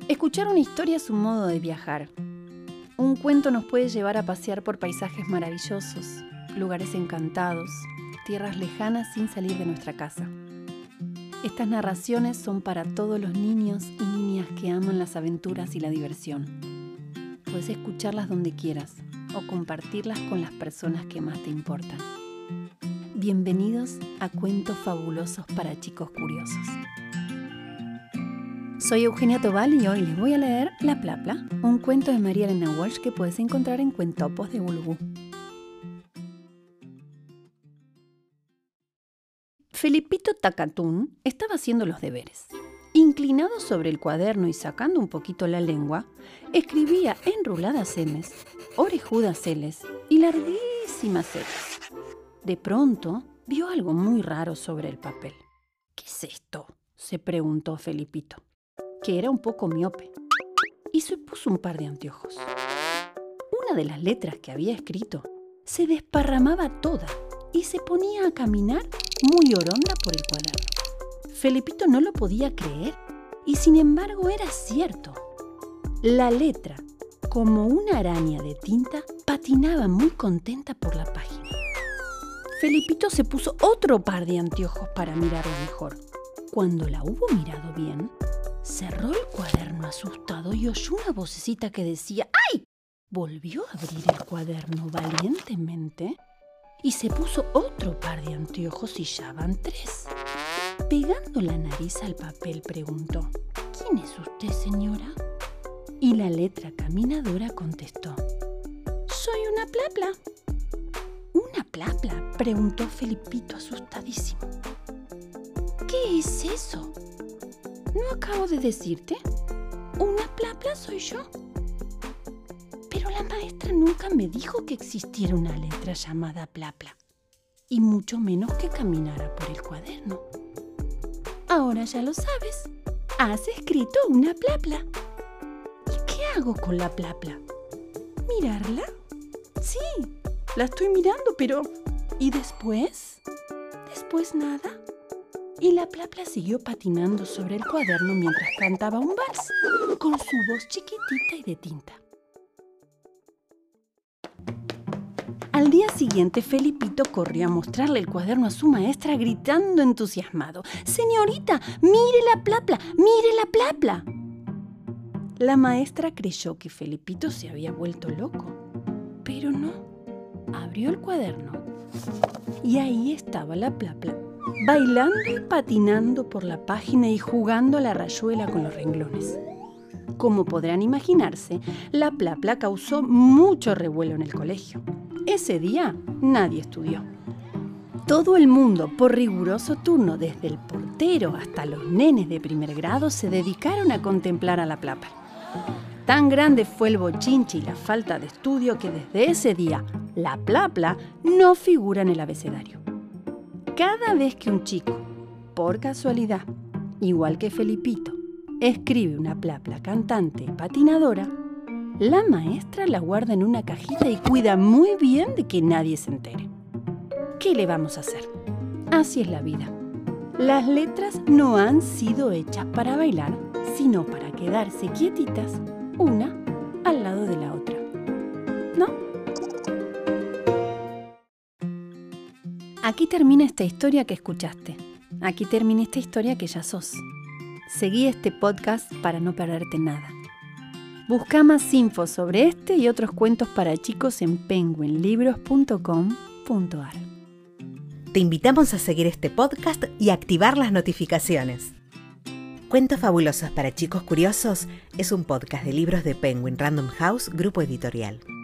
Escuchar una historia es un modo de viajar. Un cuento nos puede llevar a pasear por paisajes maravillosos, lugares encantados, tierras lejanas sin salir de nuestra casa. Estas narraciones son para todos los niños y niñas que aman las aventuras y la diversión. Puedes escucharlas donde quieras o compartirlas con las personas que más te importan. Bienvenidos a Cuentos Fabulosos para Chicos Curiosos. Soy Eugenia Tobal y hoy les voy a leer La Plapla, un cuento de María Elena Walsh que puedes encontrar en Cuentopos de Bulbú. Felipito Tacatún estaba haciendo los deberes. Inclinado sobre el cuaderno y sacando un poquito la lengua, escribía enruladas M's, orejudas L's y larguísimas L's. De pronto, vio algo muy raro sobre el papel. ¿Qué es esto?, se preguntó Felipito, que era un poco miope, y se puso un par de anteojos. Una de las letras que había escrito se desparramaba toda y se ponía a caminar muy oronda por el cuaderno. Felipito no lo podía creer y sin embargo era cierto. La letra, como una araña de tinta, patinaba muy contenta por la página. Felipito se puso otro par de anteojos para mirarlo mejor. Cuando la hubo mirado bien, cerró el cuaderno asustado y oyó una vocecita que decía ¡ay! Volvió a abrir el cuaderno valientemente y se puso otro par de anteojos y ya van 3. Pegando la nariz al papel preguntó ¿quién es usted, señora? Y la letra caminadora contestó «Soy una plapla». ¿Una plapla?, preguntó Felipito asustadísimo. ¿Qué es eso? ¿No acabo de decirte? Una plapla soy yo. Pero la maestra nunca me dijo que existiera una letra llamada plapla, y mucho menos que caminara por el cuaderno. Ahora ya lo sabes. Has escrito una plapla. ¿Y qué hago con la plapla? ¿Mirarla? Sí, la estoy mirando, pero ¿y después? ¿Después nada? Y la plapla siguió patinando sobre el cuaderno mientras cantaba un vals, con su voz chiquitita y de tinta. Al día siguiente, Felipito corrió a mostrarle el cuaderno a su maestra gritando entusiasmado «¡Señorita, mire la plapla! ¡Mire la plapla!». La maestra creyó que Felipito se había vuelto loco, pero no. Abrió el cuaderno y ahí estaba la plapla, bailando y patinando por la página y jugando a la rayuela con los renglones. Como podrán imaginarse, la plapla causó mucho revuelo en el colegio. Ese día nadie estudió. Todo el mundo, por riguroso turno, desde el portero hasta los nenes de primer grado, se dedicaron a contemplar a la plapla. Tan grande fue el bochinche y la falta de estudio que desde ese día la plapla no figura en el abecedario. Cada vez que un chico, por casualidad, igual que Felipito, escribe una plapla cantante y patinadora, la maestra la guarda en una cajita y cuida muy bien de que nadie se entere. ¿Qué le vamos a hacer? Así es la vida. Las letras no han sido hechas para bailar, sino para quedarse quietitas, una al lado de la otra. ¿No? Aquí termina esta historia que escuchaste. Aquí termina esta historia que ya sos. Seguí este podcast para no perderte nada. Busca más info sobre este y otros cuentos para chicos en penguinlibros.com.ar. Te invitamos a seguir este podcast y activar las notificaciones. Cuentos Fabulosos para Chicos Curiosos es un podcast de libros de Penguin Random House, grupo editorial.